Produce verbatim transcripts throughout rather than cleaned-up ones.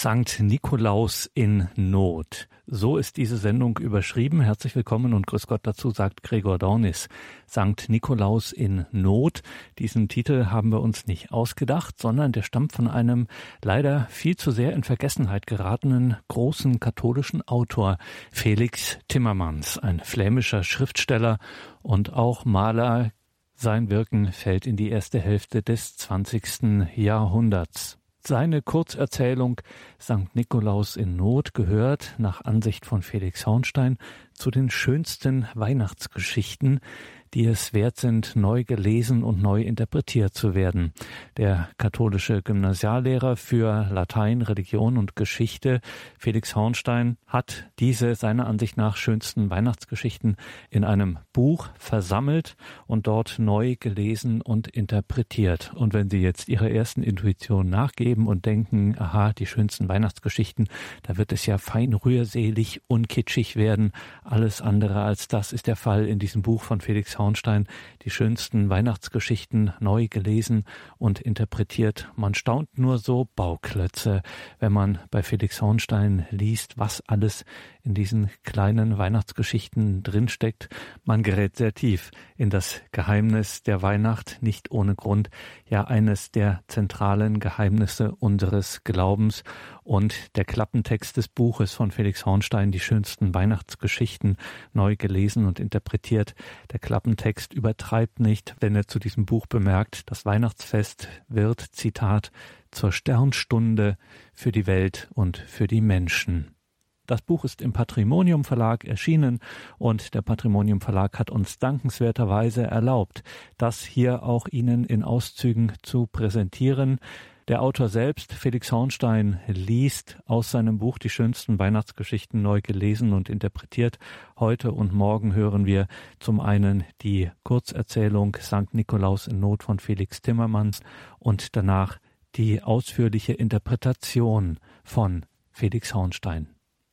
Sankt Nikolaus in Not. So ist diese Sendung überschrieben. Herzlich willkommen und grüß Gott dazu, sagt Gregor Dornis. Sankt Nikolaus in Not. Diesen Titel haben wir uns nicht ausgedacht, sondern der stammt von einem leider viel zu sehr in Vergessenheit geratenen großen katholischen Autor, Felix Timmermans, ein flämischer Schriftsteller und auch Maler. Sein Wirken fällt in die erste Hälfte des zwanzigsten Jahrhunderts. Seine Kurzerzählung Sankt Nikolaus in Not gehört, nach Ansicht von Felix Hornstein, zu den schönsten Weihnachtsgeschichten, die es wert sind, neu gelesen und neu interpretiert zu werden. Der katholische Gymnasiallehrer für Latein, Religion und Geschichte, Felix Hornstein, hat diese seiner Ansicht nach schönsten Weihnachtsgeschichten in einem Buch versammelt und dort neu gelesen und interpretiert. Und wenn Sie jetzt Ihrer ersten Intuition nachgeben und denken, aha, die schönsten Weihnachtsgeschichten, da wird es ja fein rührselig und kitschig werden. Alles andere als das ist der Fall in diesem Buch von Felix Hornstein. Die schönsten Weihnachtsgeschichten neu gelesen und interpretiert. Man staunt nur so Bauklötze, wenn man bei Felix Hornstein liest, was alles in diesen kleinen Weihnachtsgeschichten drinsteckt. Man gerät sehr tief in das Geheimnis der Weihnacht, nicht ohne Grund, ja eines der zentralen Geheimnisse unseres Glaubens. Und der Klappentext des Buches von Felix Hornstein, die schönsten Weihnachtsgeschichten, neu gelesen und interpretiert. Der Klappentext übertreibt nicht, wenn er zu diesem Buch bemerkt, das Weihnachtsfest wird, Zitat, zur Sternstunde für die Welt und für die Menschen. Das Buch ist im Patrimonium Verlag erschienen und der Patrimonium Verlag hat uns dankenswerterweise erlaubt, das hier auch Ihnen in Auszügen zu präsentieren. Der Autor selbst, Felix Hornstein, liest aus seinem Buch die schönsten Weihnachtsgeschichten neu gelesen und interpretiert. Heute und morgen hören wir zum einen die Kurzerzählung Sankt Nikolaus in Not von Felix Timmermans und danach die ausführliche Interpretation von Felix Hornstein.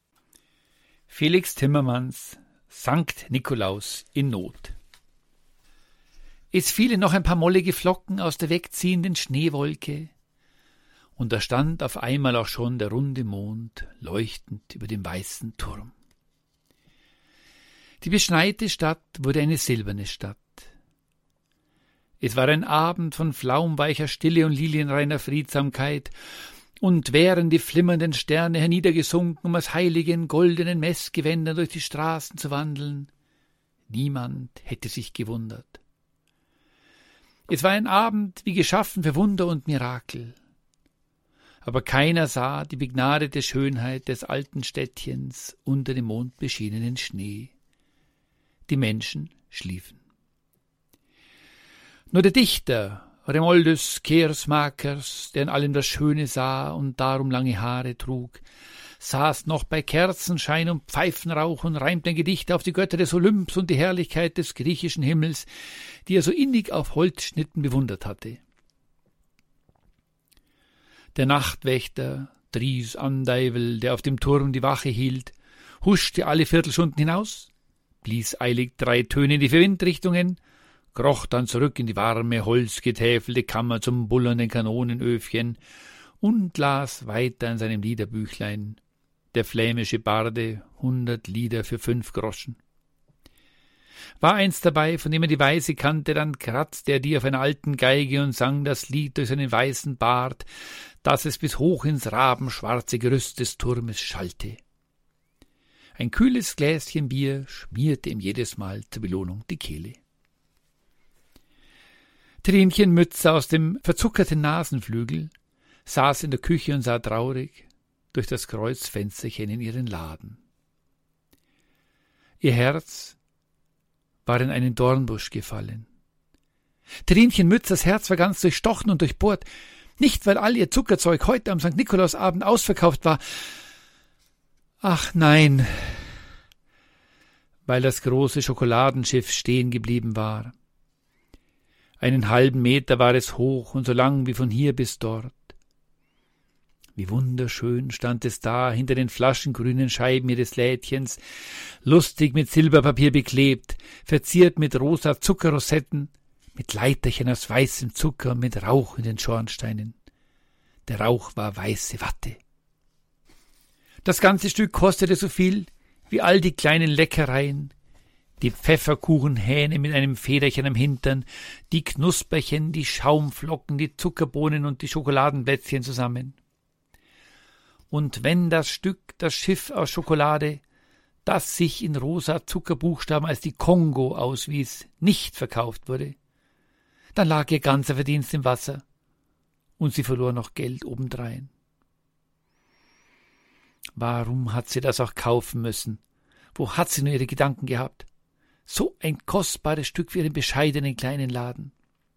Felix Timmermans, Sankt Nikolaus in Not. Es fielen noch ein paar mollige Flocken aus der wegziehenden Schneewolke, und da stand auf einmal auch schon der runde Mond leuchtend über dem weißen Turm. Die beschneite Stadt wurde eine silberne Stadt. Es war ein Abend von flaumweicher Stille und lilienreiner Friedsamkeit, und wären die flimmernden Sterne herniedergesunken, um aus heiligen, goldenen Messgewändern durch die Straßen zu wandeln, niemand hätte sich gewundert. Es war ein Abend wie geschaffen für Wunder und Mirakel. Aber keiner sah die begnadete Schönheit des alten Städtchens unter dem mondbeschienenen Schnee. Die Menschen schliefen. Nur der Dichter Remoldus Kersmakers, der in allem das Schöne sah und darum lange Haare trug, saß noch bei Kerzenschein und Pfeifenrauch und reimte ein Gedicht auf die Götter des Olymps und die Herrlichkeit des griechischen Himmels, die er so innig auf Holzschnitten bewundert hatte. Der Nachtwächter, Dries Andeivel, der auf dem Turm die Wache hielt, huschte alle Viertelstunden hinaus, blies eilig drei Töne in die vier Windrichtungen, kroch dann zurück in die warme, holzgetäfelte Kammer zum bullernden Kanonenöfchen und las weiter in seinem Liederbüchlein, der flämische Barde, hundert Lieder für fünf Groschen. War eins dabei, von dem er die Weise kannte, dann kratzte er die auf einer alten Geige und sang das Lied durch seinen weißen Bart, dass es bis hoch ins rabenschwarze Gerüst des Turmes schallte. Ein kühles Gläschen Bier schmierte ihm jedes Mal zur Belohnung die Kehle. Trinchen Mütze aus dem verzuckerten Nasenflügel saß in der Küche und sah traurig durch das Kreuzfensterchen in ihren Laden. Ihr Herz war in einen Dornbusch gefallen. Trinchen Mützers Herz war ganz durchstochen und durchbohrt, nicht weil all ihr Zuckerzeug heute am Sankt Nikolausabend ausverkauft war. Ach nein, weil das große Schokoladenschiff stehen geblieben war. Einen halben Meter war es hoch und so lang wie von hier bis dort. Wie wunderschön stand es da hinter den flaschengrünen Scheiben ihres Lädchens, lustig mit Silberpapier beklebt, verziert mit rosa Zuckerrosetten, mit Leiterchen aus weißem Zucker und mit Rauch in den Schornsteinen. Der Rauch war weiße Watte. Das ganze Stück kostete so viel wie all die kleinen Leckereien, die Pfefferkuchenhähne mit einem Federchen am Hintern, die Knusperchen, die Schaumflocken, die Zuckerbohnen und die Schokoladenplätzchen zusammen. Und wenn das Stück, das Schiff aus Schokolade, das sich in rosa Zuckerbuchstaben als die Kongo auswies, nicht verkauft wurde, dann lag ihr ganzer Verdienst im Wasser und sie verlor noch Geld obendrein. Warum hat sie das auch kaufen müssen? Wo hat sie nur ihre Gedanken gehabt? So ein kostbares Stück für ihren bescheidenen kleinen Laden.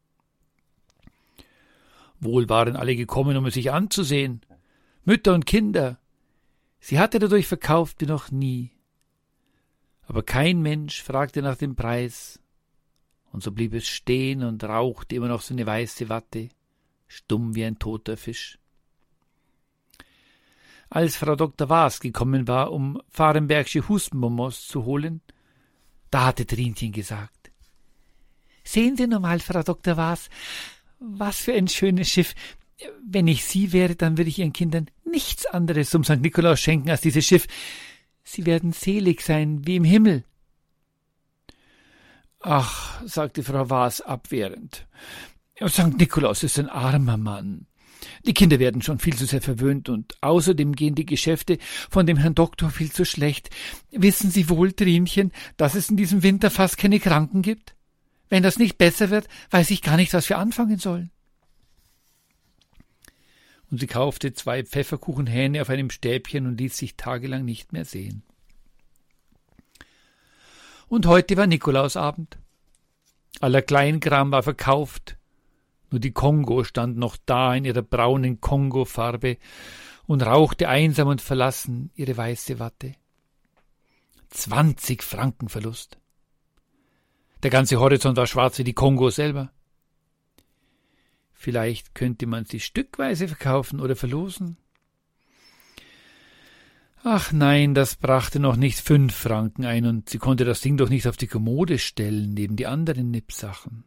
Wohl waren alle gekommen, um es sich anzusehen, Mütter und Kinder. Sie hatte dadurch verkauft wie noch nie. Aber kein Mensch fragte nach dem Preis, und so blieb es stehen und rauchte immer noch so eine weiße Watte, stumm wie ein toter Fisch. Als Frau Doktor Waas gekommen war, um Fahrenbergsche Hustenbonbons zu holen, da hatte Trinchen gesagt: »Sehen Sie nur mal, Frau Doktor Waas, was für ein schönes Schiff. Wenn ich Sie wäre, dann würde ich Ihren Kindern nichts anderes zum Sankt Nikolaus schenken als dieses Schiff. Sie werden selig sein, wie im Himmel.« »Ach«, sagte Frau Waas abwehrend, »Sankt Nikolaus ist ein armer Mann. Die Kinder werden schon viel zu sehr verwöhnt und außerdem gehen die Geschäfte von dem Herrn Doktor viel zu schlecht. Wissen Sie wohl, Trinchen, dass es in diesem Winter fast keine Kranken gibt? Wenn das nicht besser wird, weiß ich gar nicht, was wir anfangen sollen.« Und sie kaufte zwei Pfefferkuchenhähne auf einem Stäbchen und ließ sich tagelang nicht mehr sehen. Und heute war Nikolausabend. Aller Kleinkram war verkauft. Nur die Kongo stand noch da in ihrer braunen Kongo-Farbe und rauchte einsam und verlassen ihre weiße Watte. Zwanzig Franken Verlust. Der ganze Horizont war schwarz wie die Kongo selber. Vielleicht könnte man sie stückweise verkaufen oder verlosen. Ach nein, das brachte noch nicht fünf Franken ein, und sie konnte das Ding doch nicht auf die Kommode stellen, neben die anderen Nippsachen.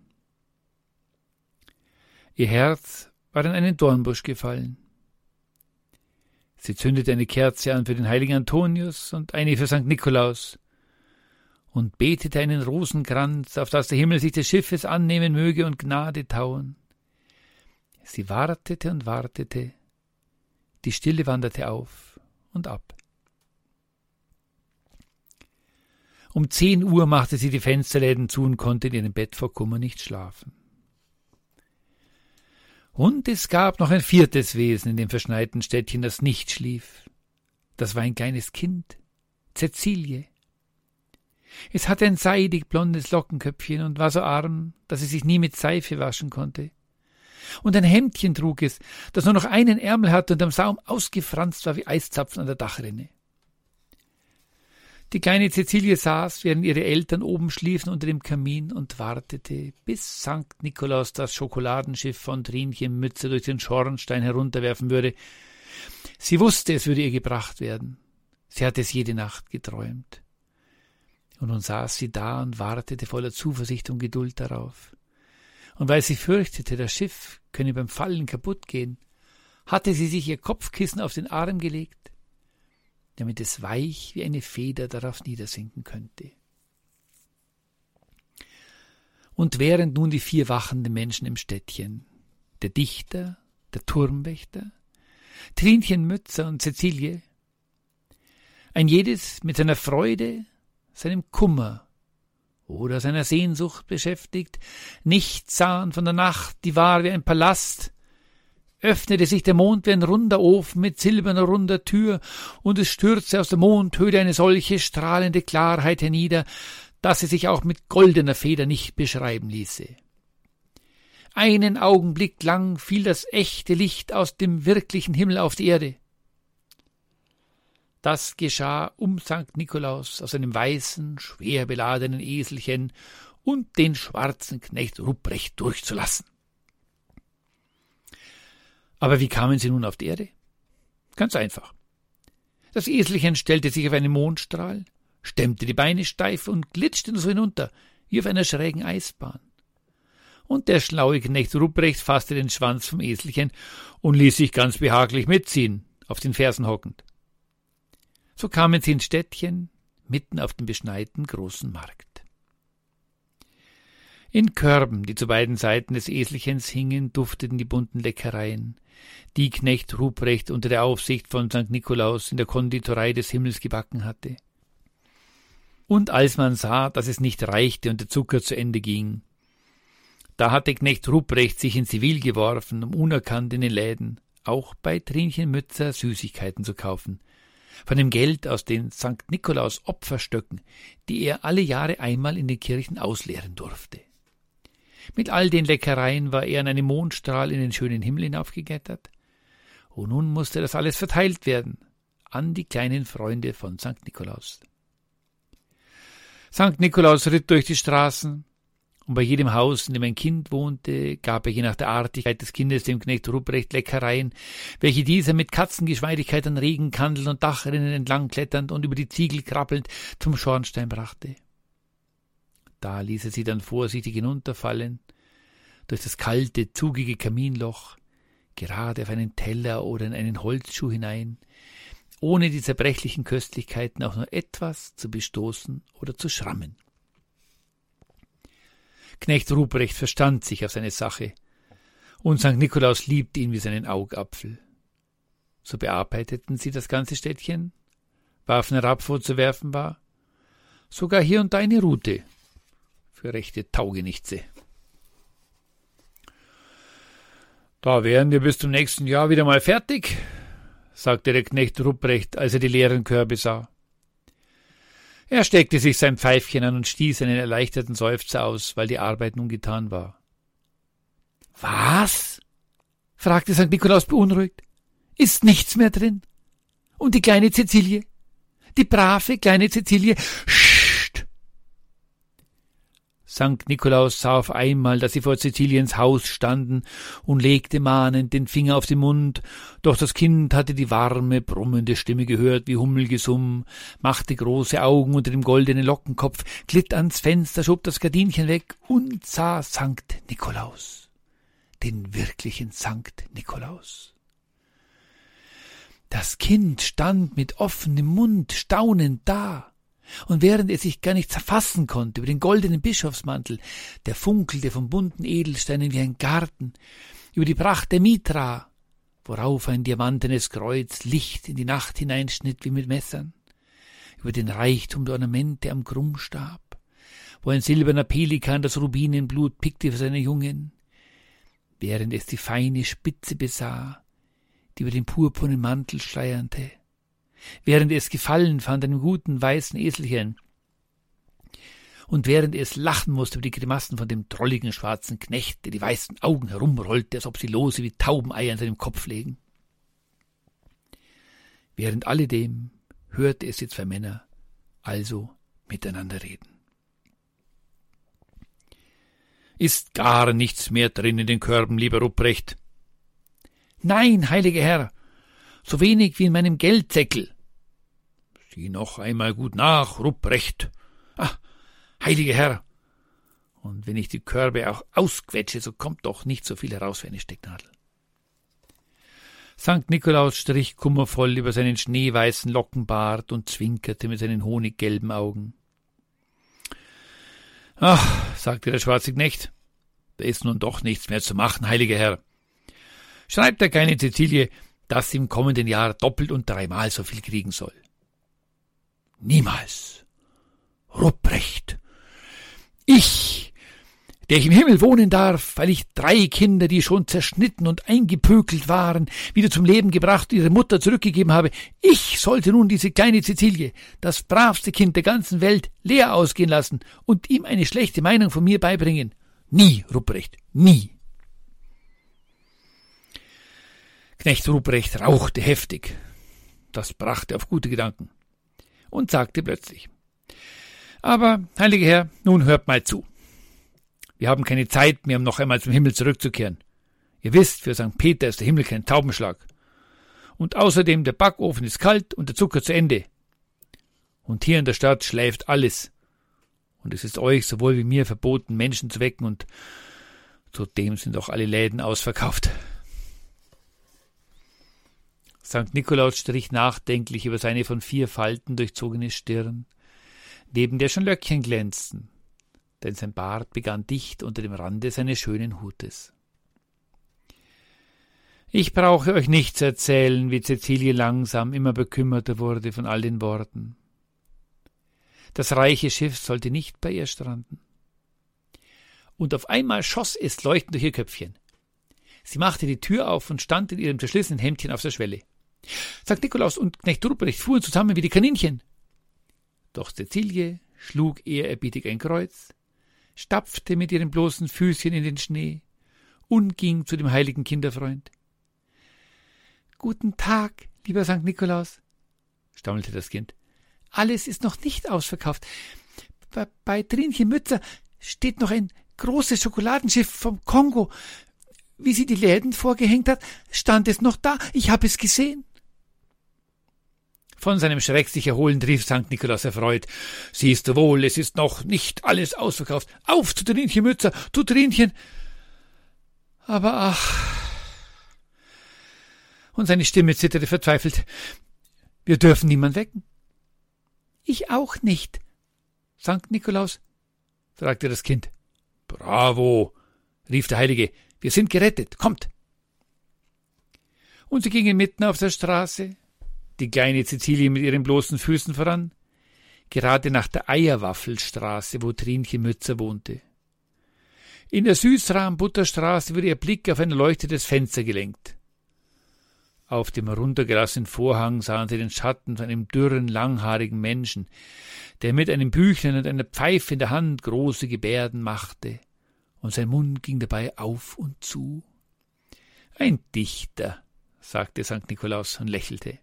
Ihr Herz war in einen Dornbusch gefallen. Sie zündete eine Kerze an für den heiligen Antonius und eine für Sankt Nikolaus und betete einen Rosenkranz, auf dass der Himmel sich des Schiffes annehmen möge und Gnade tauen. Sie wartete und wartete, die Stille wanderte auf und ab. Um zehn Uhr machte sie die Fensterläden zu und konnte in ihrem Bett vor Kummer nicht schlafen. Und es gab noch ein viertes Wesen in dem verschneiten Städtchen, das nicht schlief. Das war ein kleines Kind, Cäcilie. Es hatte ein seidig blondes Lockenköpfchen und war so arm, dass es sich nie mit Seife waschen konnte. Und ein Hemdchen trug es, das nur noch einen Ärmel hatte und am Saum ausgefranst war wie Eiszapfen an der Dachrinne. Die kleine Cäcilie saß, während ihre Eltern oben schliefen unter dem Kamin, und wartete, bis Sankt Nikolaus das Schokoladenschiff von Trinchen Mütze durch den Schornstein herunterwerfen würde. Sie wusste, es würde ihr gebracht werden. Sie hatte es jede Nacht geträumt. Und nun saß sie da und wartete voller Zuversicht und Geduld darauf. Und weil sie fürchtete, das Schiff könne beim Fallen kaputt gehen, hatte sie sich ihr Kopfkissen auf den Arm gelegt, damit es weich wie eine Feder darauf niedersinken könnte. Und während nun die vier wachenden Menschen im Städtchen, der Dichter, der Turmwächter, Trinchen Mützer und Cäcilie, ein jedes mit seiner Freude, seinem Kummer oder seiner Sehnsucht beschäftigt, nichts sahen von der Nacht, die war wie ein Palast, öffnete sich der Mond wie ein runder Ofen mit silberner runder Tür, und es stürzte aus der Mondhöhle eine solche strahlende Klarheit hernieder, dass sie sich auch mit goldener Feder nicht beschreiben ließe. Einen Augenblick lang fiel das echte Licht aus dem wirklichen Himmel auf die Erde. Das geschah, um Sankt Nikolaus auf seinem weißen, schwer beladenen Eselchen und den schwarzen Knecht Ruprecht durchzulassen. Aber wie kamen sie nun auf die Erde? Ganz einfach. Das Eselchen stellte sich auf einen Mondstrahl, stemmte die Beine steif und glitschte so hinunter, wie auf einer schrägen Eisbahn. Und der schlaue Knecht Ruprecht fasste den Schwanz vom Eselchen und ließ sich ganz behaglich mitziehen, auf den Fersen hockend. So kamen sie ins Städtchen, mitten auf dem beschneiten großen Markt. In Körben, die zu beiden Seiten des Eselchens hingen, dufteten die bunten Leckereien, die Knecht Ruprecht unter der Aufsicht von Sankt Nikolaus in der Konditorei des Himmels gebacken hatte. Und als man sah, dass es nicht reichte und der Zucker zu Ende ging, da hatte Knecht Ruprecht sich in Zivil geworfen, um unerkannt in den Läden, auch bei Trinchen Mützer, Süßigkeiten zu kaufen, von dem Geld aus den Sankt Nikolaus Opferstöcken, die er alle Jahre einmal in den Kirchen ausleeren durfte. Mit all den Leckereien war er an einem Mondstrahl in den schönen Himmel hinaufgeklettert, und nun musste das alles verteilt werden an die kleinen Freunde von Sankt Nikolaus. Sankt Nikolaus ritt durch die Straßen, und bei jedem Haus, in dem ein Kind wohnte, gab er je nach der Artigkeit des Kindes dem Knecht Ruprecht Leckereien, welche dieser mit Katzengeschwindigkeit an Regenkandeln und Dachrinnen entlang kletternd und über die Ziegel krabbelnd zum Schornstein brachte. Da ließ er sie dann vorsichtig hinunterfallen, durch das kalte, zugige Kaminloch, gerade auf einen Teller oder in einen Holzschuh hinein, ohne die zerbrechlichen Köstlichkeiten auch nur etwas zu bestoßen oder zu schrammen. Knecht Ruprecht verstand sich auf seine Sache, und Sankt Nikolaus liebte ihn wie seinen Augapfel. So bearbeiteten sie das ganze Städtchen, warfen herab, wo zu werfen war, sogar hier und da eine Rute, für rechte Taugenichtse. »Da wären wir bis zum nächsten Jahr wieder mal fertig«, sagte der Knecht Ruprecht, als er die leeren Körbe sah. Er steckte sich sein Pfeifchen an und stieß einen erleichterten Seufzer aus, weil die Arbeit nun getan war. »Was?« fragte Sankt Nikolaus beunruhigt. »Ist nichts mehr drin? Und die kleine Cäcilie? Die brave kleine Cäcilie? Scht!« Sankt Nikolaus sah auf einmal, dass sie vor Cäciliens Haus standen, und legte mahnend den Finger auf den Mund, doch das Kind hatte die warme, brummende Stimme gehört wie Hummelgesumm, machte große Augen unter dem goldenen Lockenkopf, glitt ans Fenster, schob das Gardinchen weg und sah Sankt Nikolaus, den wirklichen Sankt Nikolaus. Das Kind stand mit offenem Mund staunend da, und während es sich gar nicht zerfassen konnte über den goldenen Bischofsmantel, der funkelte von bunten Edelsteinen wie ein Garten, über die Pracht der Mitra, worauf ein diamantenes Kreuz Licht in die Nacht hineinschnitt wie mit Messern, über den Reichtum der Ornamente am Krummstab, wo ein silberner Pelikan das Rubinenblut pickte für seine Jungen, während es die feine Spitze besah, die über den purpurnen Mantel schleierte, während es Gefallen fand an dem guten weißen Eselchen und während es lachen musste über die Grimassen von dem drolligen schwarzen Knecht, der die weißen Augen herumrollte, als ob sie lose wie Taubeneier an seinem Kopf lägen. Während alledem hörte es die zwei Männer also miteinander reden. »Ist gar nichts mehr drin in den Körben, lieber Ruprecht?« »Nein, heiliger Herr, so wenig wie in meinem Geldsäckel.« »Sieh noch einmal gut nach, Ruprecht. Ah, heiliger Herr, und wenn ich die Körbe auch ausquetsche, so kommt doch nicht so viel heraus wie eine Stecknadel.« Sankt Nikolaus strich kummervoll über seinen schneeweißen Lockenbart und zwinkerte mit seinen honiggelben Augen. »Ach«, sagte der schwarze Knecht, »da ist nun doch nichts mehr zu machen, heiliger Herr. Schreibt der kleine Cäcilie, dass sie im kommenden Jahr doppelt und dreimal so viel kriegen soll.« »Niemals, Ruprecht. Ich, der ich im Himmel wohnen darf, weil ich drei Kinder, die schon zerschnitten und eingepökelt waren, wieder zum Leben gebracht und ihre Mutter zurückgegeben habe, ich sollte nun diese kleine Cäcilie, das bravste Kind der ganzen Welt, leer ausgehen lassen und ihm eine schlechte Meinung von mir beibringen. Nie, Ruprecht, nie.« Knecht Ruprecht rauchte heftig. Das brachte auf gute Gedanken und sagte plötzlich: »Aber, heiliger Herr, nun hört mal zu. Wir haben keine Zeit mehr, um noch einmal zum Himmel zurückzukehren. Ihr wisst, für Sankt Peter ist der Himmel kein Taubenschlag. Und außerdem, der Backofen ist kalt und der Zucker zu Ende. Und hier in der Stadt schläft alles. Und es ist euch sowohl wie mir verboten, Menschen zu wecken, und zudem sind auch alle Läden ausverkauft.« Sankt Nikolaus strich nachdenklich über seine von vier Falten durchzogene Stirn, neben der schon Löckchen glänzten, denn sein Bart begann dicht unter dem Rande seines schönen Hutes. Ich brauche euch nicht zu erzählen, wie Cäcilie langsam immer bekümmerter wurde von all den Worten. Das reiche Schiff sollte nicht bei ihr stranden. Und auf einmal schoss es leuchtend durch ihr Köpfchen. Sie machte die Tür auf und stand in ihrem zerschlissenen Hemdchen auf der Schwelle. Sankt Nikolaus und Knecht Ruprecht fuhren zusammen wie die Kaninchen. Doch Cäcilie schlug ehrerbietig ein Kreuz, stapfte mit ihren bloßen Füßchen in den Schnee und ging zu dem heiligen Kinderfreund. »Guten Tag, lieber Sankt Nikolaus«, stammelte das Kind. »Alles ist noch nicht ausverkauft. Bei, bei Trinchen Mützer steht noch ein großes Schokoladenschiff vom Kongo. Wie sie die Läden vorgehängt hat, stand es noch da. Ich habe es gesehen.« Von seinem Schreck sich erholend rief Sankt Nikolaus erfreut. »Siehst du wohl, es ist noch nicht alles ausverkauft. Auf zu Trinchen Mützer, zu Trinchen!« Aber ach... Und seine Stimme zitterte verzweifelt. »Wir dürfen niemand wecken.« »Ich auch nicht.« »Sankt Nikolaus?« fragte das Kind. »Bravo«, rief der Heilige, »wir sind gerettet, kommt!« Und sie gingen mitten auf der Straße, die kleine Cäcilie mit ihren bloßen Füßen voran, gerade nach der Eierwaffelstraße, wo Trinchen Mützer wohnte. In der Süßrahm-Butterstraße wurde ihr Blick auf ein erleuchtetes Fenster gelenkt. Auf dem heruntergelassenen Vorhang sahen sie den Schatten von einem dürren, langhaarigen Menschen, der mit einem Büchlein und einer Pfeife in der Hand große Gebärden machte, und sein Mund ging dabei auf und zu. »Ein Dichter«, sagte Sankt Nikolaus und lächelte.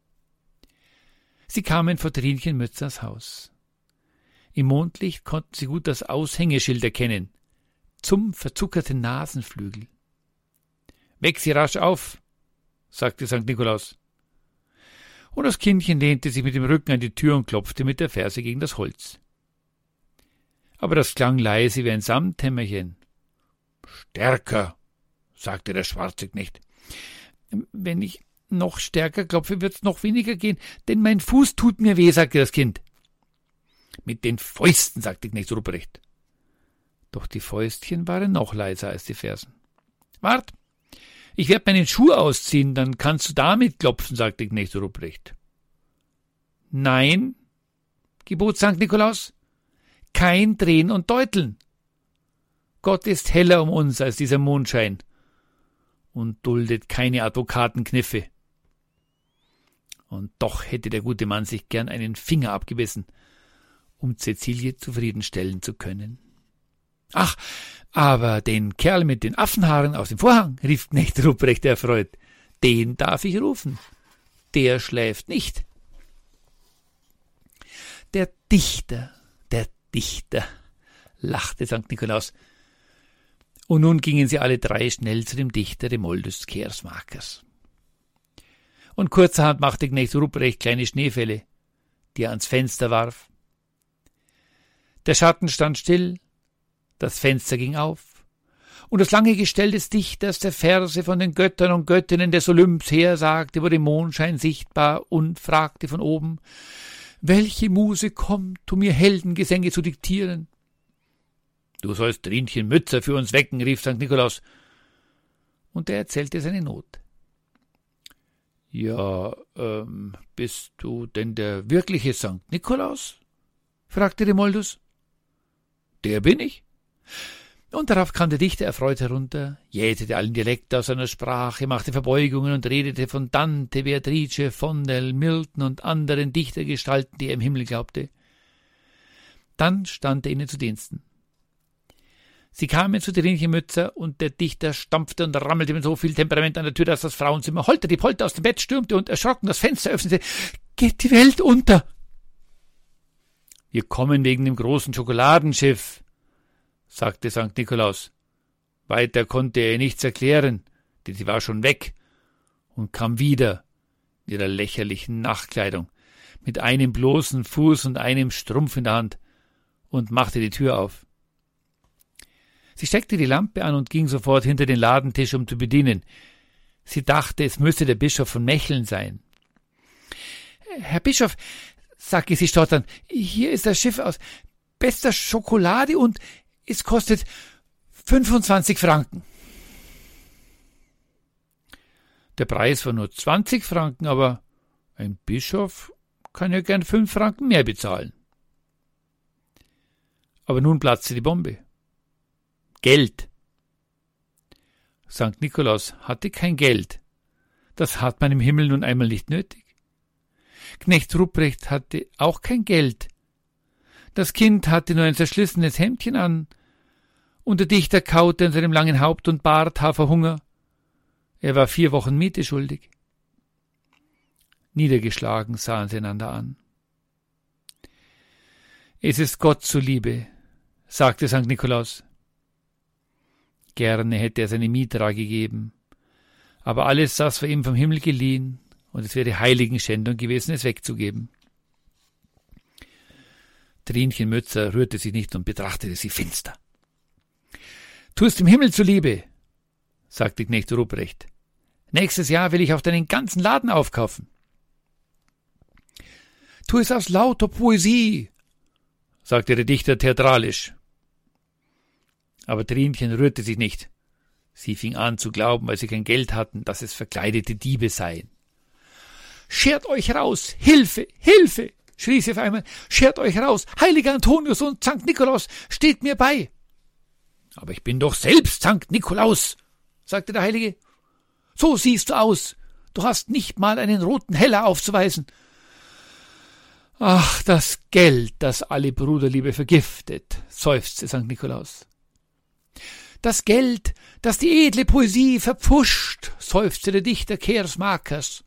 Sie kamen vor Trinchen Mützers Haus. Im Mondlicht konnten sie gut das Aushängeschild erkennen, zum verzuckerten Nasenflügel. »Weck sie rasch auf«, sagte Sankt Nikolaus. Und das Kindchen lehnte sich mit dem Rücken an die Tür und klopfte mit der Ferse gegen das Holz. Aber das klang leise wie ein Samthämmerchen. »Stärker«, sagte der schwarze Knecht. »Wenn ich noch stärker klopfe, wird's noch weniger gehen, denn mein Fuß tut mir weh«, sagte das Kind. »Mit den Fäusten«, sagte Knecht Ruprecht. Doch die Fäustchen waren noch leiser als die Fersen. »Wart, ich werde meinen Schuh ausziehen, dann kannst du damit klopfen«, sagte Knecht Ruprecht. »Nein«, gebot Sankt Nikolaus, »kein Drehen und Deuteln. Gott ist heller um uns als dieser Mondschein und duldet keine Advokatenkniffe.« Und doch hätte der gute Mann sich gern einen Finger abgebissen, um Cäcilie zufriedenstellen zu können. »Ach, aber den Kerl mit den Affenhaaren aus dem Vorhang«, rief Knecht Ruprecht erfreut, »den darf ich rufen. Der schläft nicht.« »Der Dichter, der Dichter«, lachte Sankt Nikolaus. Und nun gingen sie alle drei schnell zu dem Dichter Remoldus Kersmakers. Und kurzerhand machte Knecht Ruprecht kleine Schneefälle, die er ans Fenster warf. Der Schatten stand still, das Fenster ging auf, und das lange Gestell des Dichters, der Verse von den Göttern und Göttinnen des Olymps her sagte, wurde im Mondschein sichtbar und fragte von oben, »Welche Muse kommt, um mir Heldengesänge zu diktieren?« »Du sollst Trinchen Mützer für uns wecken«, rief Sankt Nikolaus, und er erzählte seine Not. »Ja, ähm, bist du denn der wirkliche Sankt Nikolaus?« fragte Remoldus. »Der bin ich.« Und darauf kam der Dichter erfreut herunter, jätete allen Dialekt aus seiner Sprache, machte Verbeugungen und redete von Dante, Beatrice, Vondel, Milton und anderen Dichtergestalten, die er im Himmel glaubte. Dann stand er ihnen zu Diensten. Sie kamen zu Trinchen Mützer, und der Dichter stampfte und rammelte mit so viel Temperament an der Tür, dass das Frauenzimmer holter die Polter aus dem Bett stürmte und erschrocken das Fenster öffnete. »Geht die Welt unter?« »Wir kommen wegen dem großen Schokoladenschiff«, sagte Sankt Nikolaus. Weiter konnte er ihr nichts erklären, denn sie war schon weg und kam wieder in ihrer lächerlichen Nachtkleidung, mit einem bloßen Fuß und einem Strumpf in der Hand, und machte die Tür auf. Sie steckte die Lampe an und ging sofort hinter den Ladentisch, um zu bedienen. Sie dachte, es müsse der Bischof von Mecheln sein. »Herr Bischof«, sagte sie stotternd, »hier ist das Schiff aus bester Schokolade und es kostet fünfundzwanzig Franken.« Der Preis war nur zwanzig Franken, aber ein Bischof kann ja gern fünf Franken mehr bezahlen. Aber nun platzte die Bombe. Geld. Sankt Nikolaus hatte kein Geld. Das hat man im Himmel nun einmal nicht nötig. Knecht Ruprecht hatte auch kein Geld. Das Kind hatte nur ein zerschlissenes Hemdchen an, und der Dichter kaute an seinem langen Haupt und Bart Haferhunger. Er war vier Wochen Miete schuldig. Niedergeschlagen sahen sie einander an. »Es ist Gott zuliebe«, sagte Sankt Nikolaus. Gerne hätte er seine Mitra gegeben, aber alles das war ihm vom Himmel geliehen, und es wäre Heiligenschändung gewesen, es wegzugeben. Trinchen Mützer rührte sich nicht und betrachtete sie finster. »Tu es dem Himmel zuliebe«, sagte Knecht Ruprecht. »Nächstes Jahr will ich auch deinen ganzen Laden aufkaufen.« »Tu es aus lauter Poesie«, sagte der Dichter theatralisch. Aber Trinchen rührte sich nicht. Sie fing an zu glauben, weil sie kein Geld hatten, dass es verkleidete Diebe seien. »Schert euch raus! Hilfe! Hilfe!« schrie sie auf einmal. »Schert euch raus! Heiliger Antonius und Sankt Nikolaus, steht mir bei!« »Aber ich bin doch selbst Sankt Nikolaus«, sagte der Heilige. »So siehst du aus. Du hast nicht mal einen roten Heller aufzuweisen.« »Ach, das Geld, das alle Bruderliebe vergiftet«, seufzte Sankt Nikolaus. »Das Geld, das die edle Poesie verpfuscht«, seufzte der Dichter Kers Makers.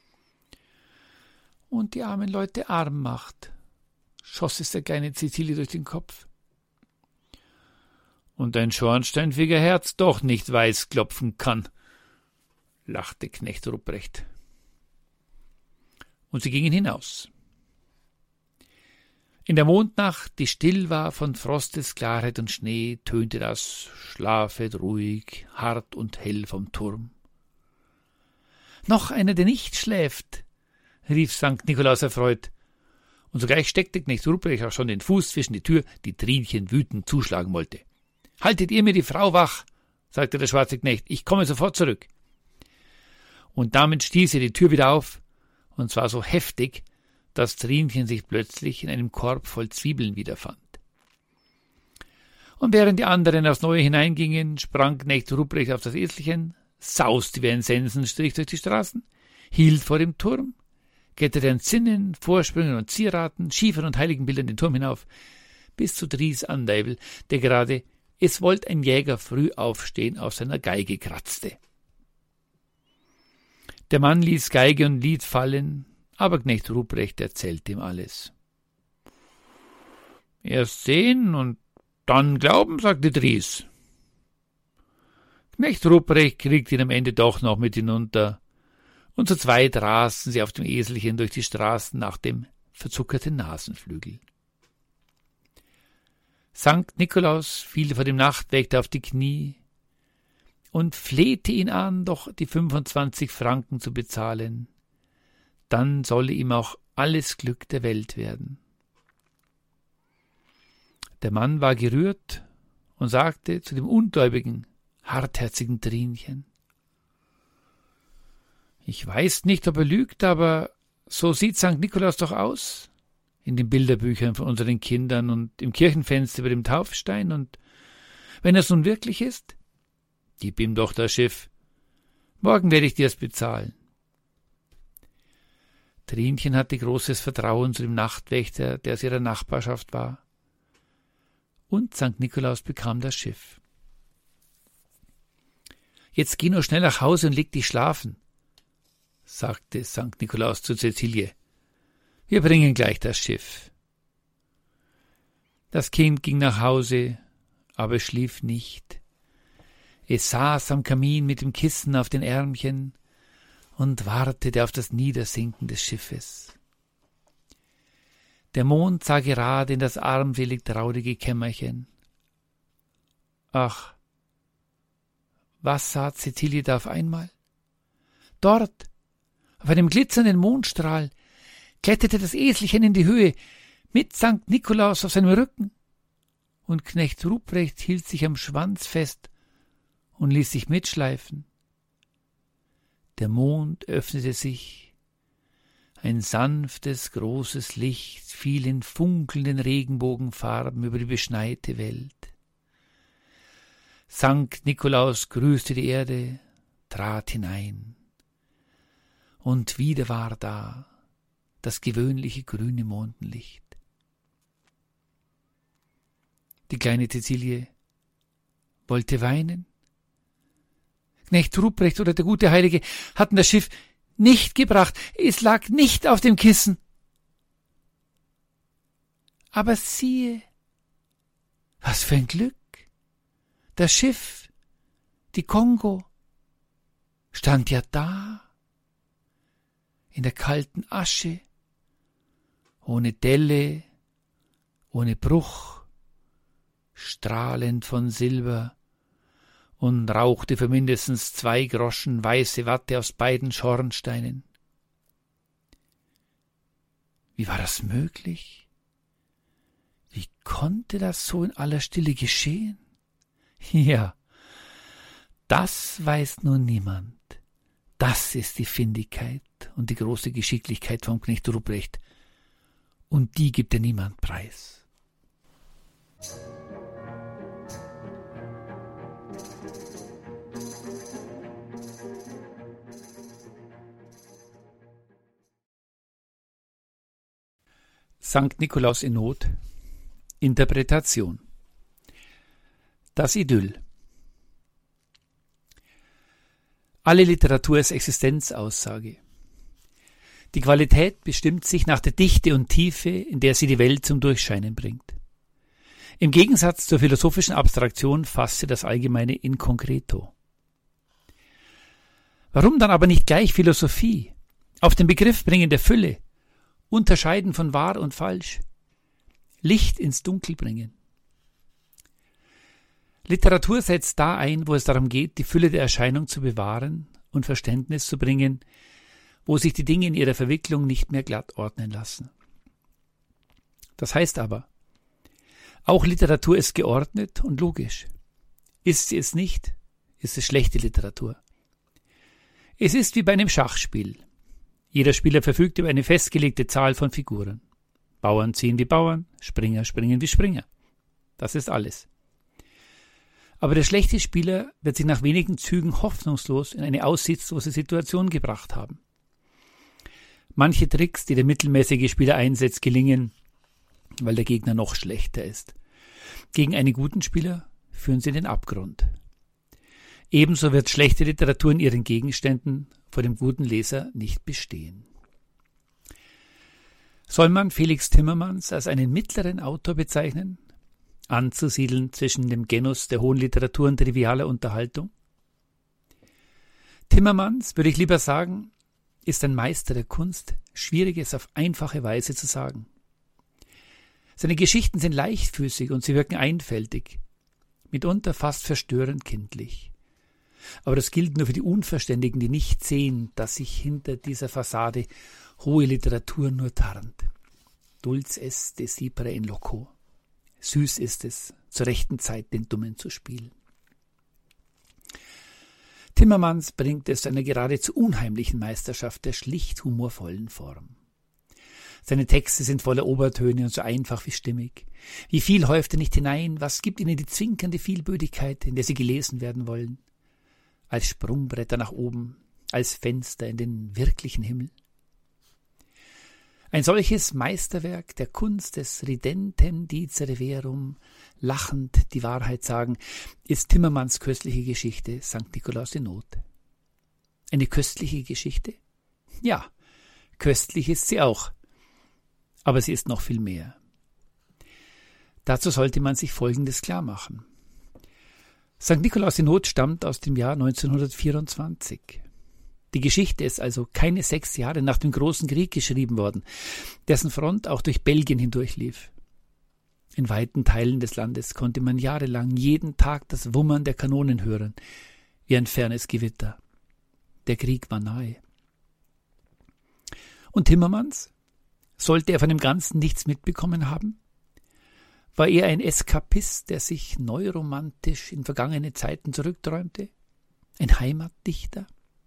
»Und die armen Leute arm macht«, schoss es der kleine Cäcilie durch den Kopf. »Und ein Schornsteinfegerherz doch nicht weiß klopfen kann«, lachte Knecht Ruprecht. Und sie gingen hinaus. In der Mondnacht, die still war von Frostes Klarheit und Schnee, tönte das »Schlafet ruhig, hart und hell vom Turm«. »Noch einer, der nicht schläft«, rief Sankt Nikolaus erfreut. Und sogleich steckte Knecht Ruprecht auch schon den Fuß zwischen die Tür, die Trinchen wütend zuschlagen wollte. »Haltet ihr mir die Frau wach«, sagte der schwarze Knecht, »ich komme sofort zurück.« Und damit stieß er die Tür wieder auf, und zwar so heftig, dass Trinchen sich plötzlich in einem Korb voll Zwiebeln wiederfand. Und während die anderen aufs Neue hineingingen, sprang Knecht Ruprecht auf das Eselchen, sauste wie ein Sensenstrich durch die Straßen, hielt vor dem Turm, kletterte an Zinnen, Vorsprüngen und Zieraten, Schiefern und Heiligenbildern den Turm hinauf, bis zu Dries Andeivel, der gerade »Es wollt ein Jäger früh aufstehen« auf seiner Geige kratzte. Der Mann ließ Geige und Lied fallen, aber Knecht Ruprecht erzählte ihm alles. »Erst sehen und dann glauben«, sagte Dries. Knecht Ruprecht kriegte ihn am Ende doch noch mit hinunter, und zu zweit rasten sie auf dem Eselchen durch die Straßen nach dem verzuckerten Nasenflügel. Sankt Nikolaus fiel vor dem Nachtwächter auf die Knie und flehte ihn an, doch die fünfundzwanzig Franken zu bezahlen. Dann solle ihm auch alles Glück der Welt werden. Der Mann war gerührt und sagte zu dem ungläubigen, hartherzigen Trinchen: »Ich weiß nicht, ob er lügt, aber so sieht Sankt Nikolaus doch aus, in den Bilderbüchern von unseren Kindern und im Kirchenfenster über dem Taufstein, und wenn es nun wirklich ist, gib ihm doch das Schiff. Morgen werde ich dir es bezahlen.« Trinchen hatte großes Vertrauen zu dem Nachtwächter, der aus ihrer Nachbarschaft war. Und Sankt Nikolaus bekam das Schiff. »Jetzt geh nur schnell nach Hause und leg dich schlafen«, sagte Sankt Nikolaus zu Cäcilie. »Wir bringen gleich das Schiff.« Das Kind ging nach Hause, aber es schlief nicht. Es saß am Kamin mit dem Kissen auf den Ärmchen und wartete auf das Niedersinken des Schiffes. Der Mond sah gerade in das armselig traurige Kämmerchen. Ach, was sah Cäcilie da auf einmal? Dort, auf einem glitzernden Mondstrahl, kletterte das Eselchen in die Höhe, mit Sankt Nikolaus auf seinem Rücken, und Knecht Ruprecht hielt sich am Schwanz fest und ließ sich mitschleifen. Der Mond öffnete sich, ein sanftes, großes Licht fiel in funkelnden Regenbogenfarben über die beschneite Welt. Sankt Nikolaus grüßte die Erde, trat hinein, und wieder war da das gewöhnliche grüne Mondenlicht. Die kleine Cäcilie wollte weinen. Knecht Ruprecht oder der gute Heilige hatten das Schiff nicht gebracht, es lag nicht auf dem Kissen. Aber siehe, was für ein Glück! Das Schiff, die Kongo, stand ja da, in der kalten Asche, ohne Delle, ohne Bruch, strahlend von Silber, und rauchte für mindestens zwei Groschen weiße Watte aus beiden Schornsteinen. Wie war das möglich? Wie konnte das so in aller Stille geschehen? Ja, das weiß nun niemand. Das ist die Findigkeit und die große Geschicklichkeit vom Knecht Ruprecht. Und die gibt dir niemand preis. Sankt Nikolaus in Not. Interpretation. Das Idyll. Alle Literatur ist Existenzaussage. Die Qualität bestimmt sich nach der Dichte und Tiefe, in der sie die Welt zum Durchscheinen bringt. Im Gegensatz zur philosophischen Abstraktion fasst sie das Allgemeine in concreto. Warum dann aber nicht gleich Philosophie? Auf den Begriff bringen der Fülle, unterscheiden von wahr und falsch, Licht ins Dunkel bringen. Literatur setzt da ein, wo es darum geht, die Fülle der Erscheinung zu bewahren und Verständnis zu bringen, wo sich die Dinge in ihrer Verwicklung nicht mehr glatt ordnen lassen. Das heißt aber, auch Literatur ist geordnet und logisch. Ist sie es nicht, ist es schlechte Literatur. Es ist wie bei einem Schachspiel. Jeder Spieler verfügt über eine festgelegte Zahl von Figuren. Bauern ziehen wie Bauern, Springer springen wie Springer. Das ist alles. Aber der schlechte Spieler wird sich nach wenigen Zügen hoffnungslos in eine aussichtslose Situation gebracht haben. Manche Tricks, die der mittelmäßige Spieler einsetzt, gelingen, weil der Gegner noch schlechter ist. Gegen einen guten Spieler führen sie in den Abgrund. Ebenso wird schlechte Literatur in ihren Gegenständen vor dem guten Leser nicht bestehen. Soll man Felix Timmermans als einen mittleren Autor bezeichnen, anzusiedeln zwischen dem Genus der hohen Literatur und trivialer Unterhaltung? Timmermans, würde ich lieber sagen, ist ein Meister der Kunst, Schwieriges auf einfache Weise zu sagen. Seine Geschichten sind leichtfüßig und sie wirken einfältig, mitunter fast verstörend kindlich. Aber das gilt nur für die Unverständigen, die nicht sehen, dass sich hinter dieser Fassade hohe Literatur nur tarnt. Dulce est desipere in loco. Süß ist es, zur rechten Zeit den Dummen zu spielen. Timmermans bringt es zu einer geradezu unheimlichen Meisterschaft der schlicht humorvollen Form. Seine Texte sind voller Obertöne und so einfach wie stimmig. Wie viel häuft er nicht hinein, was gibt ihnen die zwinkernde Vielbödigkeit, in der sie gelesen werden wollen? Als Sprungbretter nach oben, als Fenster in den wirklichen Himmel. Ein solches Meisterwerk der Kunst des Ridentem dicere verum, lachend die Wahrheit sagen, ist Timmermans köstliche Geschichte Sankt Nikolaus in Not. Eine köstliche Geschichte? Ja, köstlich ist sie auch, aber sie ist noch viel mehr. Dazu sollte man sich Folgendes klar machen. Sankt Nikolaus in Not stammt aus dem Jahr neunzehnhundertvierundzwanzig. Die Geschichte ist also keine sechs Jahre nach dem Großen Krieg geschrieben worden, dessen Front auch durch Belgien hindurchlief. In weiten Teilen des Landes konnte man jahrelang jeden Tag das Wummern der Kanonen hören, wie ein fernes Gewitter. Der Krieg war nahe. Und Timmermans? Sollte er von dem Ganzen nichts mitbekommen haben? War er ein Eskapist, der sich neuromantisch in vergangene Zeiten zurückträumte? Ein Heimatdichter?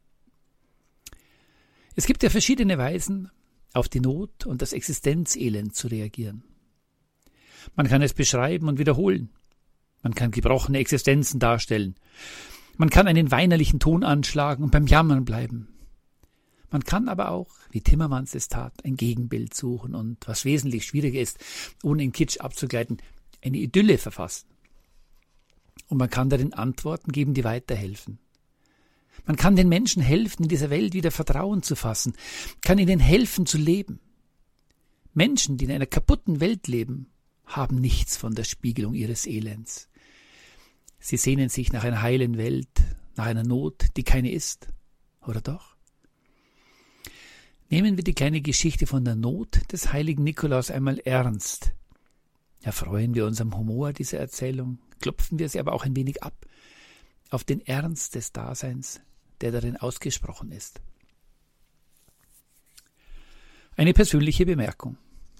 Es gibt ja verschiedene Weisen, auf die Not und das Existenzelend zu reagieren. Man kann es beschreiben und wiederholen. Man kann gebrochene Existenzen darstellen. Man kann einen weinerlichen Ton anschlagen und beim Jammern bleiben. Man kann aber auch, wie Timmermans es tat, ein Gegenbild suchen und, was wesentlich schwieriger ist, ohne in Kitsch abzugleiten, eine Idylle verfassen. Und man kann darin Antworten geben, die weiterhelfen. Man kann den Menschen helfen, in dieser Welt wieder Vertrauen zu fassen, kann ihnen helfen zu leben. Menschen, die in einer kaputten Welt leben, haben nichts von der Spiegelung ihres Elends. Sie sehnen sich nach einer heilen Welt, nach einer Not, die keine ist. Oder doch? Nehmen wir die kleine Geschichte von der Not des heiligen Nikolaus einmal ernst. Erfreuen wir uns am Humor dieser Erzählung, klopfen wir sie aber auch ein wenig ab, auf den Ernst des Daseins, der darin ausgesprochen ist. Eine persönliche Bemerkung.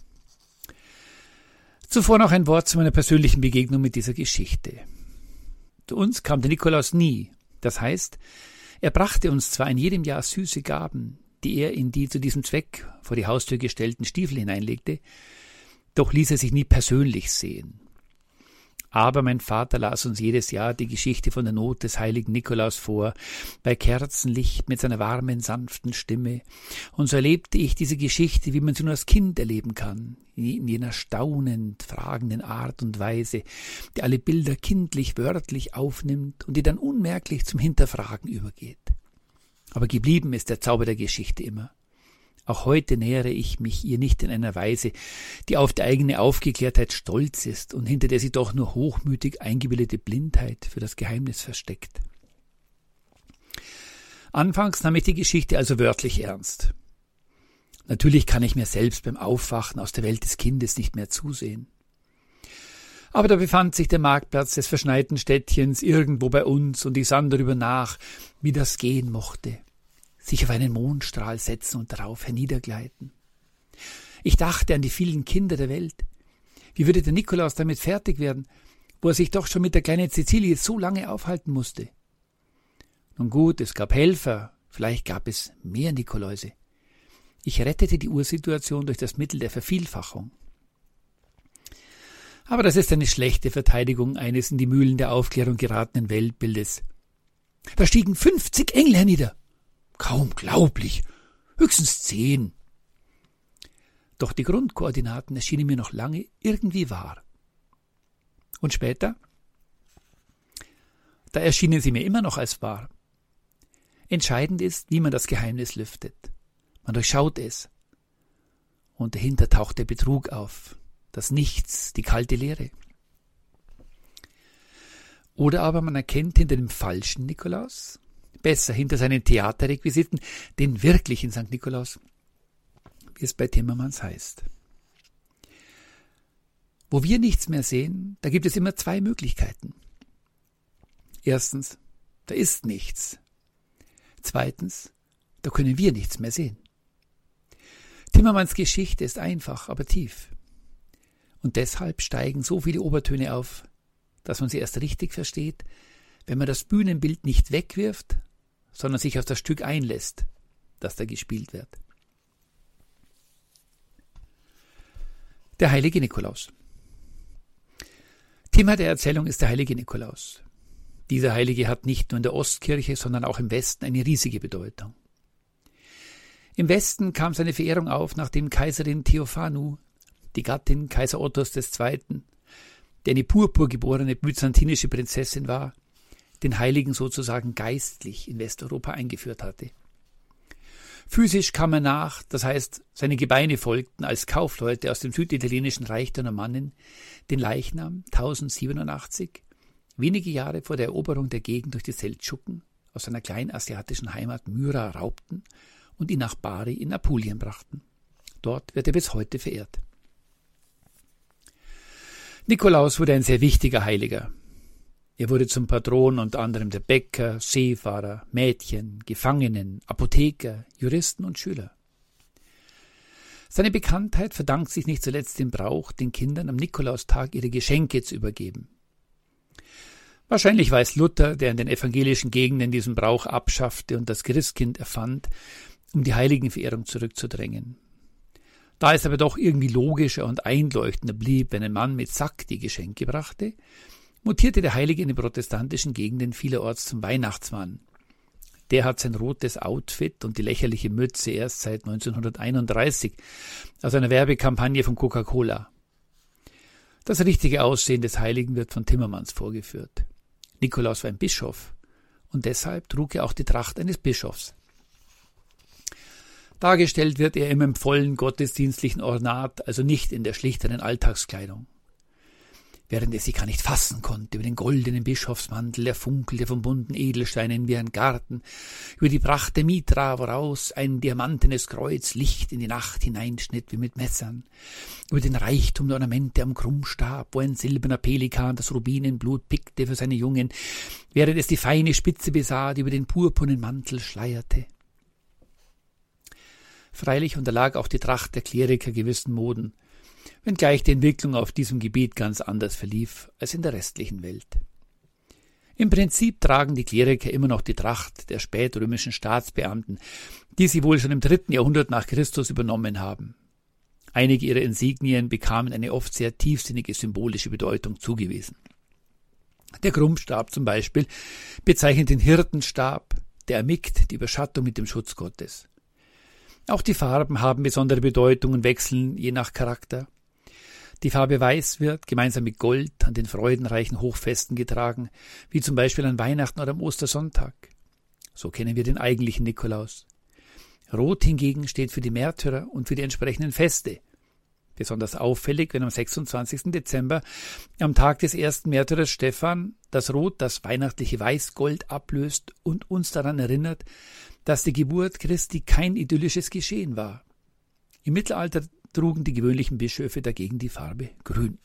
Zuvor noch ein Wort zu meiner persönlichen Begegnung mit dieser Geschichte. Zu uns kam der Nikolaus nie. Das heißt, er brachte uns zwar in jedem Jahr süße Gaben, die er in die zu diesem Zweck vor die Haustür gestellten Stiefel hineinlegte, doch ließ er sich nie persönlich sehen. Aber mein Vater las uns jedes Jahr die Geschichte von der Not des heiligen Nikolaus vor, bei Kerzenlicht mit seiner warmen, sanften Stimme. Und so erlebte ich diese Geschichte, wie man sie nur als Kind erleben kann, in jener staunend, fragenden Art und Weise, die alle Bilder kindlich, wörtlich aufnimmt und die dann unmerklich zum Hinterfragen übergeht. Aber geblieben ist der Zauber der Geschichte immer. Auch heute nähere ich mich ihr nicht in einer Weise, die auf die eigene Aufgeklärtheit stolz ist und hinter der sie doch nur hochmütig eingebildete Blindheit für das Geheimnis versteckt. Anfangs nahm ich die Geschichte also wörtlich ernst. Natürlich kann ich mir selbst beim Aufwachen aus der Welt des Kindes nicht mehr zusehen. Aber da befand sich der Marktplatz des verschneiten Städtchens irgendwo bei uns und ich sann darüber nach, wie das gehen mochte. Sich auf einen Mondstrahl setzen und darauf herniedergleiten. Ich dachte an die vielen Kinder der Welt. Wie würde der Nikolaus damit fertig werden, wo er sich doch schon mit der kleinen Cäcilie so lange aufhalten musste? Nun gut, es gab Helfer, vielleicht gab es mehr Nikoläuse. Ich rettete die Ursituation durch das Mittel der Vervielfachung. Aber das ist eine schlechte Verteidigung eines in die Mühlen der Aufklärung geratenen Weltbildes. Da stiegen fünfzig Engel hernieder. Kaum glaublich, höchstens zehn. Doch die Grundkoordinaten erschienen mir noch lange irgendwie wahr. Und später? Da erschienen sie mir immer noch als wahr. Entscheidend ist, wie man das Geheimnis lüftet. Man durchschaut es. Und dahinter taucht der Betrug auf, das Nichts, die kalte Leere. Oder aber man erkennt hinter dem falschen Nikolaus, besser hinter seinen Theaterrequisiten, den wirklichen Sankt Nikolaus, wie es bei Timmermans heißt. Wo wir nichts mehr sehen, da gibt es immer zwei Möglichkeiten. Erstens, da ist nichts. Zweitens, da können wir nichts mehr sehen. Timmermans Geschichte ist einfach, aber tief. Und deshalb steigen so viele Obertöne auf, dass man sie erst richtig versteht, wenn man das Bühnenbild nicht wegwirft, sondern sich auf das Stück einlässt, das da gespielt wird. Der heilige Nikolaus. Thema der Erzählung ist der heilige Nikolaus. Dieser Heilige hat nicht nur in der Ostkirche, sondern auch im Westen eine riesige Bedeutung. Im Westen kam seine Verehrung auf, nachdem Kaiserin Theophanu, die Gattin Kaiser Ottos der Zweite., der eine purpurgeborene byzantinische Prinzessin war, den Heiligen sozusagen geistlich in Westeuropa eingeführt hatte. Physisch kam er nach, das heißt, seine Gebeine folgten als Kaufleute aus dem süditalienischen Reich der Normannen den Leichnam tausendsiebenundachtzig, wenige Jahre vor der Eroberung der Gegend durch die Seldschuken, aus seiner kleinasiatischen Heimat Myra raubten und ihn nach Bari in Apulien brachten. Dort wird er bis heute verehrt. Nikolaus wurde ein sehr wichtiger Heiliger. Er wurde zum Patron unter anderem der Bäcker, Seefahrer, Mädchen, Gefangenen, Apotheker, Juristen und Schüler. Seine Bekanntheit verdankt sich nicht zuletzt dem Brauch, den Kindern am Nikolaustag ihre Geschenke zu übergeben. Wahrscheinlich war es Luther, der in den evangelischen Gegenden diesen Brauch abschaffte und das Christkind erfand, um die Heiligenverehrung zurückzudrängen. Da es aber doch irgendwie logischer und einleuchtender blieb, wenn ein Mann mit Sack die Geschenke brachte, mutierte der Heilige in den protestantischen Gegenden vielerorts zum Weihnachtsmann. Der hat sein rotes Outfit und die lächerliche Mütze erst seit neunzehnhunderteinunddreißig aus einer Werbekampagne von Coca-Cola. Das richtige Aussehen des Heiligen wird von Timmermans vorgeführt. Nikolaus war ein Bischof und deshalb trug er auch die Tracht eines Bischofs. Dargestellt wird er immer im vollen gottesdienstlichen Ornat, also nicht in der schlichteren Alltagskleidung. Während er sich gar nicht fassen konnte über den goldenen Bischofsmantel, der funkelte von bunten Edelsteinen wie ein Garten, über die Pracht der Mitra, woraus ein diamantenes Kreuz Licht in die Nacht hineinschnitt wie mit Messern, über den Reichtum der Ornamente am Krummstab, wo ein silberner Pelikan das Rubinenblut pickte für seine Jungen, während es die feine Spitze besah, die über den purpurnen Mantel schleierte. Freilich unterlag auch die Tracht der Kleriker gewissen Moden, wenngleich die Entwicklung auf diesem Gebiet ganz anders verlief als in der restlichen Welt. Im Prinzip tragen die Kleriker immer noch die Tracht der spätrömischen Staatsbeamten, die sie wohl schon im dritten Jahrhundert nach Christus übernommen haben. Einige ihrer Insignien bekamen eine oft sehr tiefsinnige symbolische Bedeutung zugewiesen. Der Krummstab zum Beispiel bezeichnet den Hirtenstab, der ermickt die Überschattung mit dem Schutz Gottes. Auch die Farben haben besondere Bedeutung und wechseln je nach Charakter. Die Farbe Weiß wird gemeinsam mit Gold an den freudenreichen Hochfesten getragen, wie zum Beispiel an Weihnachten oder am Ostersonntag. So kennen wir den eigentlichen Nikolaus. Rot hingegen steht für die Märtyrer und für die entsprechenden Feste. Besonders auffällig, wenn am sechsundzwanzigsten Dezember, am Tag des ersten Märtyrers Stephan, das Rot das weihnachtliche Weißgold ablöst und uns daran erinnert, dass die Geburt Christi kein idyllisches Geschehen war. Im Mittelalter trugen die gewöhnlichen Bischöfe dagegen die Farbe Grün.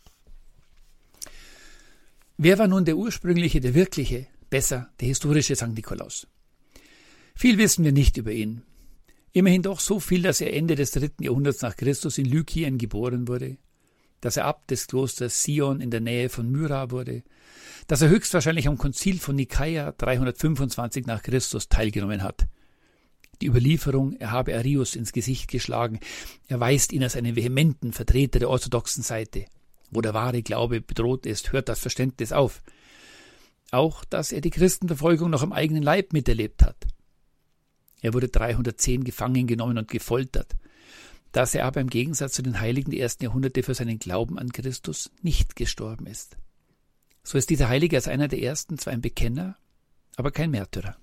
Wer war nun der ursprüngliche, der wirkliche, besser, der historische Sankt Nikolaus? Viel wissen wir nicht über ihn. Immerhin doch so viel, dass er Ende des dritten Jahrhunderts nach Christus in Lykien geboren wurde, dass er Abt des Klosters Sion in der Nähe von Myra wurde, dass er höchstwahrscheinlich am Konzil von Nikaia dreihundertfünfundzwanzig nach Christus teilgenommen hat. Die Überlieferung, er habe Arius ins Gesicht geschlagen, erweist ihn als einen vehementen Vertreter der orthodoxen Seite. Wo der wahre Glaube bedroht ist, hört das Verständnis auf. Auch, dass er die Christenverfolgung noch am eigenen Leib miterlebt hat. Er wurde dreihundertzehn gefangen genommen und gefoltert. Dass er aber im Gegensatz zu den Heiligen der ersten Jahrhunderte für seinen Glauben an Christus nicht gestorben ist. So ist dieser Heilige als einer der ersten zwar ein Bekenner, aber kein Märtyrer.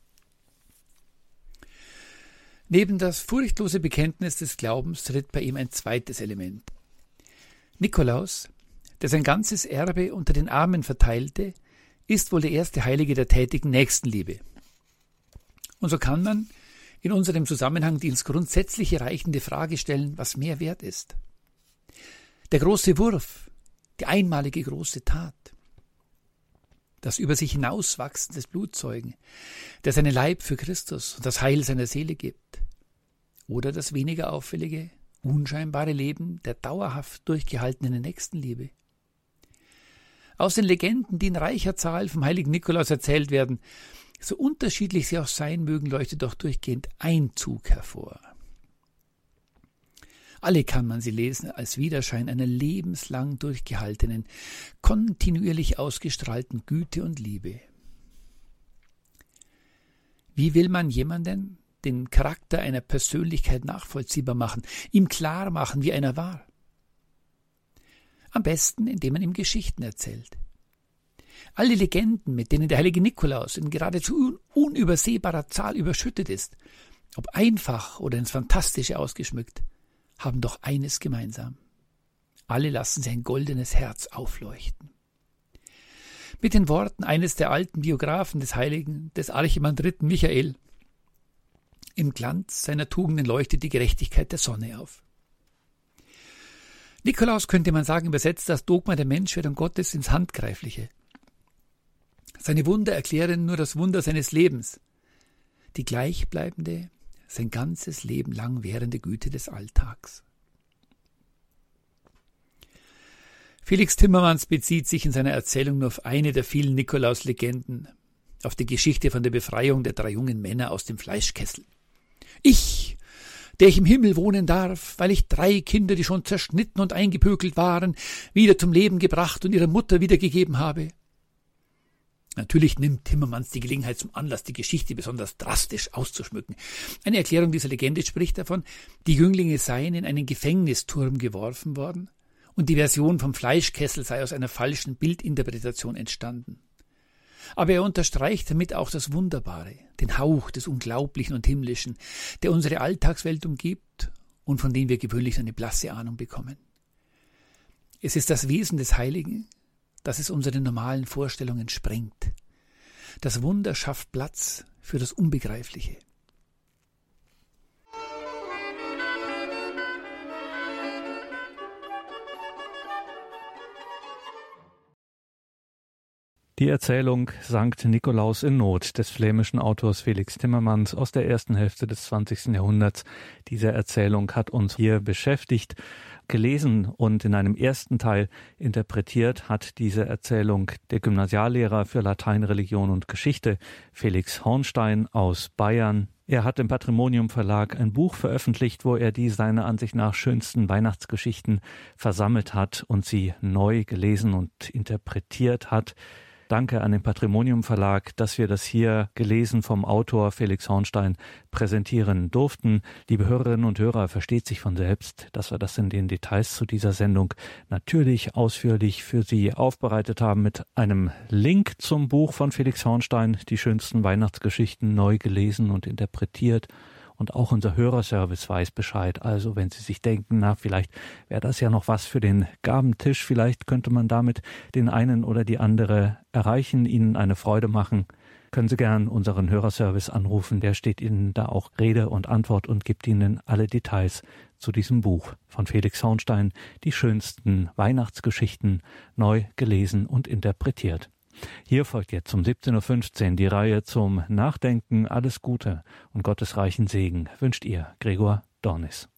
Neben das furchtlose Bekenntnis des Glaubens tritt bei ihm ein zweites Element. Nikolaus, der sein ganzes Erbe unter den Armen verteilte, ist wohl der erste Heilige der tätigen Nächstenliebe. Und so kann man in unserem Zusammenhang die ins Grundsätzliche reichende Frage stellen, was mehr wert ist. Der große Wurf, die einmalige große Tat, das über sich hinauswachsen des Blutzeugen, der seinen Leib für Christus und das Heil seiner Seele gibt, oder das weniger auffällige, unscheinbare Leben der dauerhaft durchgehaltenen Nächstenliebe. Aus den Legenden, die in reicher Zahl vom heiligen Nikolaus erzählt werden, so unterschiedlich sie auch sein mögen, leuchtet doch durchgehend ein Zug hervor. Alle kann man sie lesen als Widerschein einer lebenslang durchgehaltenen, kontinuierlich ausgestrahlten Güte und Liebe. Wie will man jemanden den Charakter einer Persönlichkeit nachvollziehbar machen, ihm klar machen, wie einer war? Am besten, indem man ihm Geschichten erzählt. Alle Legenden, mit denen der heilige Nikolaus in geradezu unübersehbarer Zahl überschüttet ist, ob einfach oder ins Fantastische ausgeschmückt, haben doch eines gemeinsam. Alle lassen sie ein goldenes Herz aufleuchten. Mit den Worten eines der alten Biografen des Heiligen, des Archimandriten Michael: Im Glanz seiner Tugenden leuchtet die Gerechtigkeit der Sonne auf. Nikolaus, könnte man sagen, übersetzt das Dogma der Menschwerdung Gottes ins Handgreifliche. Seine Wunder erklären nur das Wunder seines Lebens, die gleichbleibende, sein ganzes Leben lang währende Güte des Alltags. Felix Timmermans bezieht sich in seiner Erzählung nur auf eine der vielen Nikolaus-Legenden, auf die Geschichte von der Befreiung der drei jungen Männer aus dem Fleischkessel. Ich, der ich im Himmel wohnen darf, weil ich drei Kinder, die schon zerschnitten und eingepökelt waren, wieder zum Leben gebracht und ihrer Mutter wiedergegeben habe. Natürlich nimmt Timmermans die Gelegenheit zum Anlass, die Geschichte besonders drastisch auszuschmücken. Eine Erklärung dieser Legende spricht davon, die Jünglinge seien in einen Gefängnisturm geworfen worden und die Version vom Fleischkessel sei aus einer falschen Bildinterpretation entstanden. Aber er unterstreicht damit auch das Wunderbare, den Hauch des Unglaublichen und Himmlischen, der unsere Alltagswelt umgibt und von dem wir gewöhnlich eine blasse Ahnung bekommen. Es ist das Wesen des Heiligen, dass es unseren normalen Vorstellungen sprengt. Das Wunder schafft Platz für das Unbegreifliche. Die Erzählung Sankt Nikolaus in Not des flämischen Autors Felix Timmermans aus der ersten Hälfte des zwanzigsten Jahrhunderts. Diese Erzählung hat uns hier beschäftigt. Gelesen und in einem ersten Teil interpretiert hat diese Erzählung der Gymnasiallehrer für Latein, Religion und Geschichte Felix Hornstein aus Bayern. Er hat im Patrimonium Verlag ein Buch veröffentlicht, wo er die seiner Ansicht nach schönsten Weihnachtsgeschichten versammelt hat und sie neu gelesen und interpretiert hat. Danke an den Patrimonium Verlag, dass wir das hier gelesen vom Autor Felix Hornstein präsentieren durften. Liebe Hörerinnen und Hörer, versteht sich von selbst, dass wir das in den Details zu dieser Sendung natürlich ausführlich für Sie aufbereitet haben mit einem Link zum Buch von Felix Hornstein, die schönsten Weihnachtsgeschichten neu gelesen und interpretiert. Und auch unser Hörerservice weiß Bescheid. Also wenn Sie sich denken, na, vielleicht wäre das ja noch was für den Gabentisch, vielleicht könnte man damit den einen oder die andere erreichen, Ihnen eine Freude machen, können Sie gern unseren Hörerservice anrufen. Der steht Ihnen da auch Rede und Antwort und gibt Ihnen alle Details zu diesem Buch von Felix Hornstein, die schönsten Weihnachtsgeschichten neu gelesen und interpretiert. Hier folgt jetzt um siebzehn Uhr fünfzehn die Reihe zum Nachdenken. Alles Gute und Gottes reichen Segen wünscht Ihr Gregor Dornis.